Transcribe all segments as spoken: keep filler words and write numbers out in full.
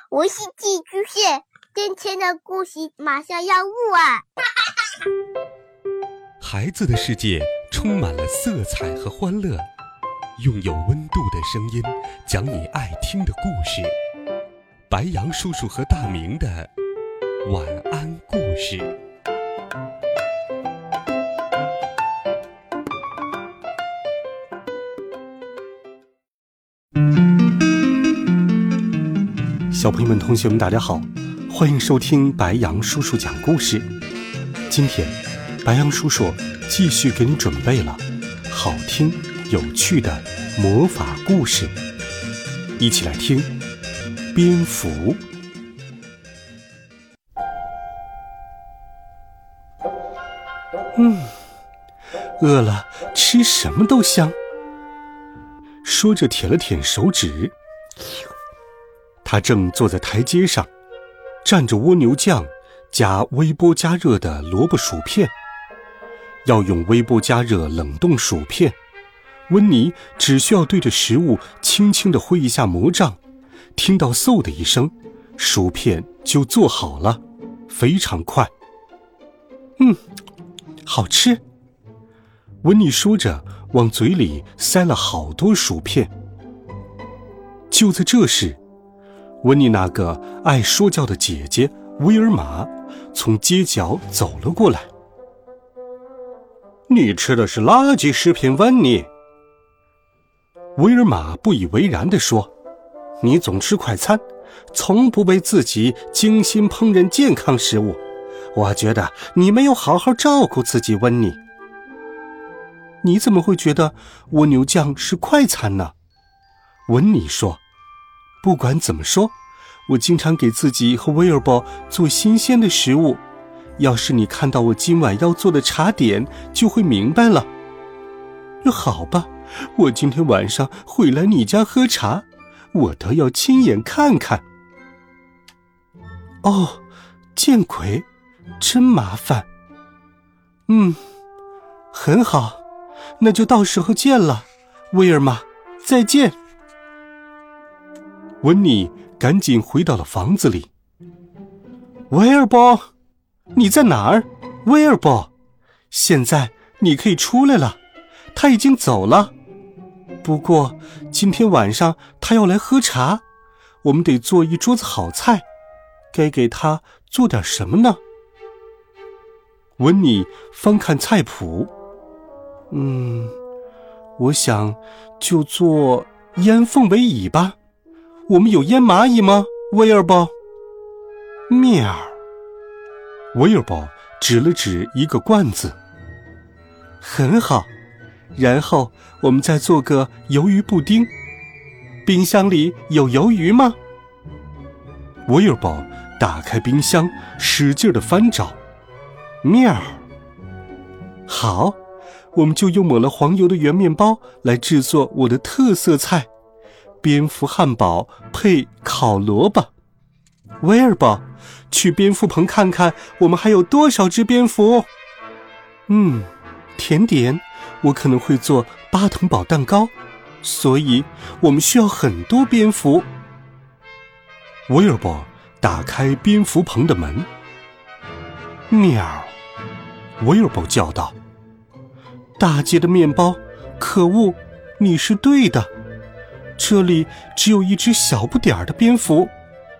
我是寄居蟹，今天的故事马上要录啊！ 孩子的世界充满了色彩和欢乐，用有温度的声音讲你爱听的故事。白羊叔叔和大明的晚安故事。 小朋友们同学们大家好，欢迎收听白羊叔叔讲故事。今天白羊叔叔继续给你准备了好听有趣的魔法故事，一起来听蝙蝠。嗯，饿了吃什么都香。说着舔了舔手指，他正坐在台阶上，蘸着蜗牛酱加微波加热的萝卜薯片。要用微波加热冷冻薯片，温妮只需要对着食物轻轻地挥一下魔杖，听到嗖的一声，薯片就做好了，非常快。嗯，好吃。温妮说着往嘴里塞了好多薯片。就在这时，温妮那个爱说教的姐姐威尔玛从街角走了过来。你吃的是垃圾食品，温妮。威尔玛不以为然地说，你总吃快餐，从不为自己精心烹饪健康食物，我觉得你没有好好照顾自己，温妮。你怎么会觉得蜗牛酱是快餐呢？温妮说，不管怎么说，我经常给自己和威尔伯做新鲜的食物，要是你看到我今晚要做的茶点，就会明白了。好吧，我今天晚上会来你家喝茶，我都要亲眼看看。哦，见鬼，真麻烦。嗯，很好，那就到时候见了，威尔玛，再见。温妮赶紧回到了房子里。威尔伯，你在哪儿？威尔伯，现在你可以出来了，他已经走了。不过今天晚上他要来喝茶，我们得做一桌子好菜，该给他做点什么呢？温妮翻看菜谱，嗯，我想就做腌凤尾蚁吧。我们有腌蚂蚁吗，威尔伯？喵。威尔伯指了指一个罐子。很好，然后我们再做个鱿鱼布丁。冰箱里有鱿鱼吗？威尔伯打开冰箱，使劲地翻找。喵。好，我们就用抹了黄油的圆面包来制作我的特色菜，蝙蝠汉堡配烤萝卜。威尔伯，去蝙蝠棚看看我们还有多少只蝙蝠。嗯，甜点我可能会做巴腾堡蛋糕，所以我们需要很多蝙蝠。威尔伯打开蝙蝠棚的门。喵，威尔伯叫道，大街的面包，可恶，你是对的，这里只有一只小不点儿的蝙蝠。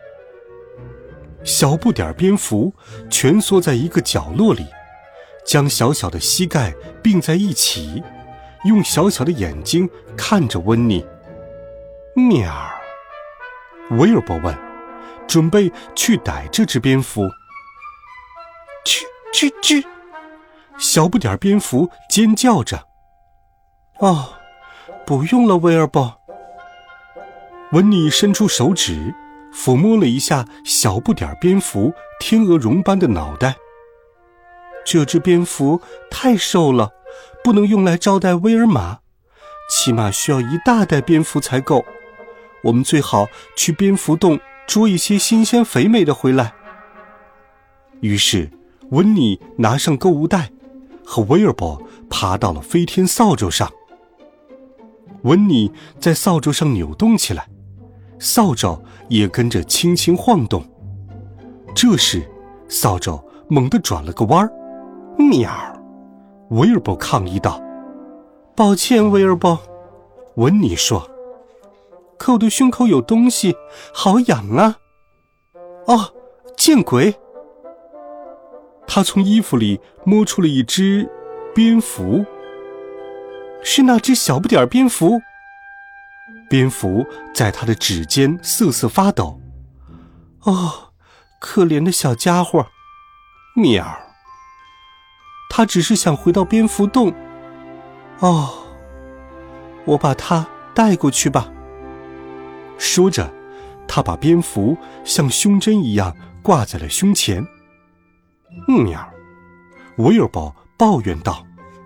小不点儿蝙蝠蜷缩在一个角落里，将小小的膝盖并在一起，用小小的眼睛看着温妮。喵，威尔伯问，准备去逮这只蝙蝠。吱吱吱，小不点儿蝙蝠尖叫着。哦，不用了，威尔伯。温妮伸出手指抚摸了一下小不点儿蝙蝠天鹅绒般的脑袋。这只蝙蝠太瘦了，不能用来招待威尔玛，起码需要一大袋蝙蝠才够。我们最好去蝙蝠洞捉一些新鲜肥美的回来。于是温妮拿上购物袋，和威尔伯爬到了飞天扫帚上。温妮在扫帚上扭动起来， 扫帚也跟着轻轻晃动。这时，扫帚猛地转了个弯儿，喵！威尔伯抗议道：“抱歉，威尔伯。”温妮说：“可我的胸口有东西，好痒啊！”哦，见鬼！他从衣服里摸出了一只蝙蝠，是那只小不点蝙蝠。蝙蝠在他的指尖瑟瑟发抖。哦，可怜的小家伙，喵！他只是想回到蝙蝠洞。哦，我把它带过去吧。说着，他把蝙蝠像胸针一样挂在了胸前。喵！威尔伯抱怨道。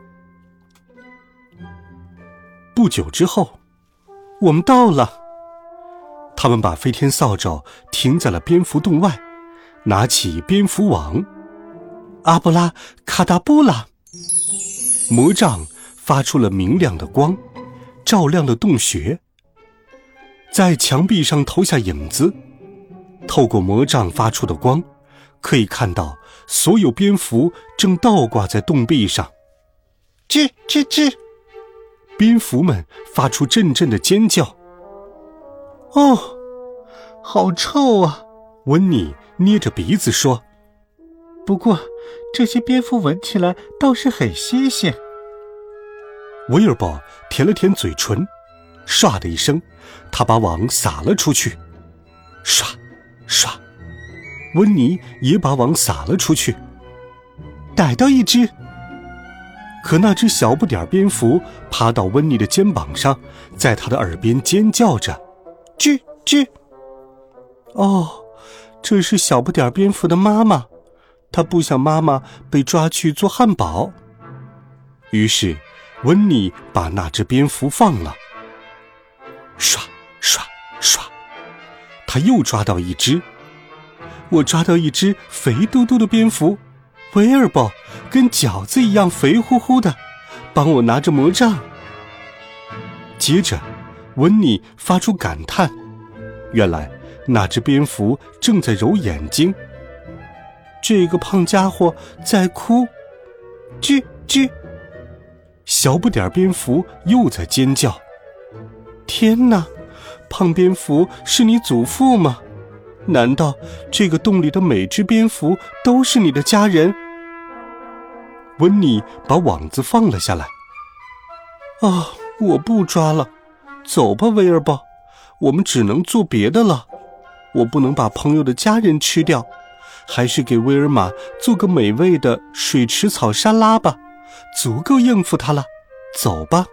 不久之后，我们到了。他们把飞天扫帚停在了蝙蝠洞外，拿起蝙蝠网，阿布拉卡达布拉，魔杖发出了明亮的光，照亮了洞穴，在墙壁上投下影子。透过魔杖发出的光，可以看到所有蝙蝠正倒挂在洞壁上。吱吱吱！蝙蝠们发出阵阵的尖叫。哦，好臭啊！温妮捏着鼻子说。不过，这些蝙蝠闻起来倒是很新鲜。威尔伯舔了舔嘴唇，唰的一声，他把网撒了出去。唰唰，温妮也把网撒了出去。逮到一只！可那只小不点蝙蝠爬到温妮的肩膀上，在他的耳边尖叫着，吱吱。哦，这是小不点蝙蝠的妈妈，她不想妈妈被抓去做汉堡。于是，温妮把那只蝙蝠放了。唰唰唰，他又抓到一只。我抓到一只肥嘟嘟的蝙蝠，威尔伯跟饺子一样肥乎乎的，帮我拿着魔杖。接着，温妮发出感叹，原来那只蝙蝠正在揉眼睛。这个胖家伙在哭，吱吱。小不点蝙蝠又在尖叫。天哪，胖蝙蝠是你祖父吗？难道这个洞里的每只蝙蝠都是你的家人？温妮把网子放了下来。啊，我不抓了，走吧，威尔伯，我们只能做别的了。我不能把朋友的家人吃掉，还是给威尔玛做个美味的水池草沙拉吧，足够应付他了。走吧。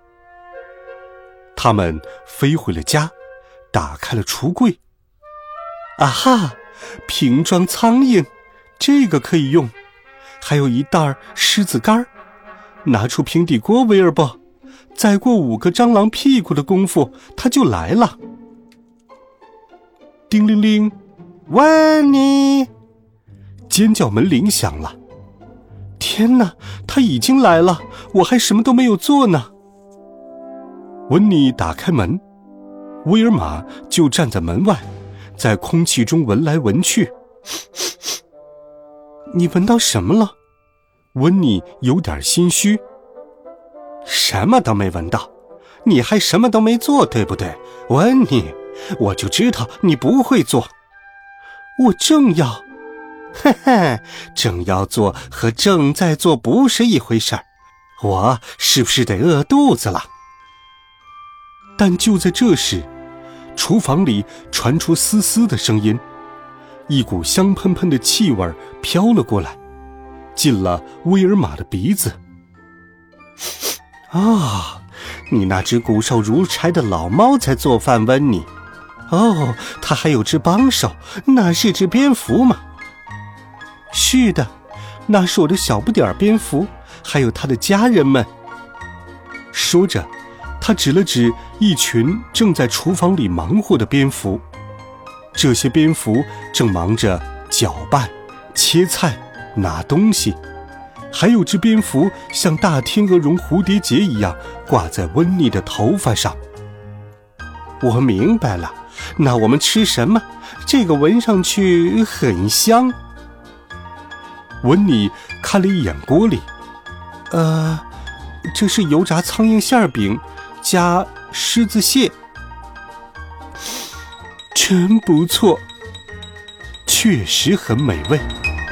他们飞回了家，打开了橱柜。啊哈，瓶装苍蝇，这个可以用。还有一袋狮子干，拿出平底锅，威尔伯，再过五个蟑螂屁股的功夫，它就来了。叮铃铃，温妮！尖叫门铃响了。天哪，他已经来了，我还什么都没有做呢。温妮打开门，威尔玛就站在门外，在空气中闻来闻去。你闻到什么了？温妮有点心虚。什么都没闻到，你还什么都没做，对不对，温妮？我就知道你不会做。我正要，嘿嘿，正要做和正在做不是一回事儿。我是不是得饿肚子了？但就在这时，厨房里传出嘶嘶的声音，一股香喷喷的气味飘了过来，进了威尔玛的鼻子。啊、哦，你那只骨瘦如柴的老猫在做饭，温妮。哦，它还有只帮手，那是只蝙蝠吗？是的，那是我的小不点蝙蝠，还有他的家人们。说着，他指了指一群正在厨房里忙活的蝙蝠。这些蝙蝠正忙着搅拌、切菜、拿东西，还有只蝙蝠像大天鹅绒蝴蝶结一样挂在温妮的头发上。我明白了， 那我们吃什么？这个闻上去很香。温妮看了一眼锅里，呃，这是油炸苍蝇馅饼加狮子蟹，真不错，确实很美味。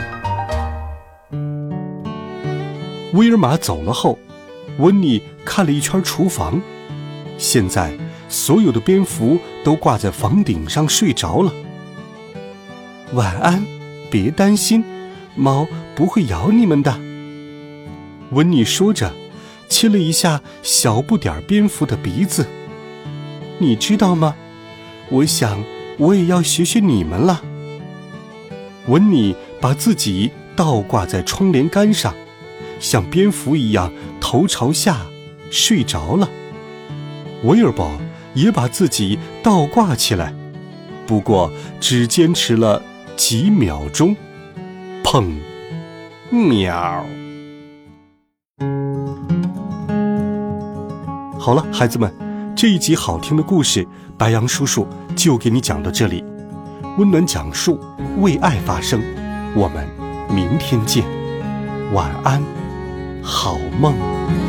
威尔玛走了后，温妮看了一圈厨房，现在所有的蝙蝠都挂在房顶上睡着了。晚安，别担心，猫不会咬你们的。温妮说着，亲了一下小不点蝙蝠的鼻子。你知道吗？我想我也要学学你们了。温妮把自己倒挂在窗帘杆上，像蝙蝠一样头朝下睡着了。威尔伯也把自己倒挂起来，不过只坚持了几秒钟。砰，喵。好了，孩子们，这一集好听的故事，白杨叔叔就给你讲到这里。温暖讲述，为爱发声，我们明天见，晚安，好梦。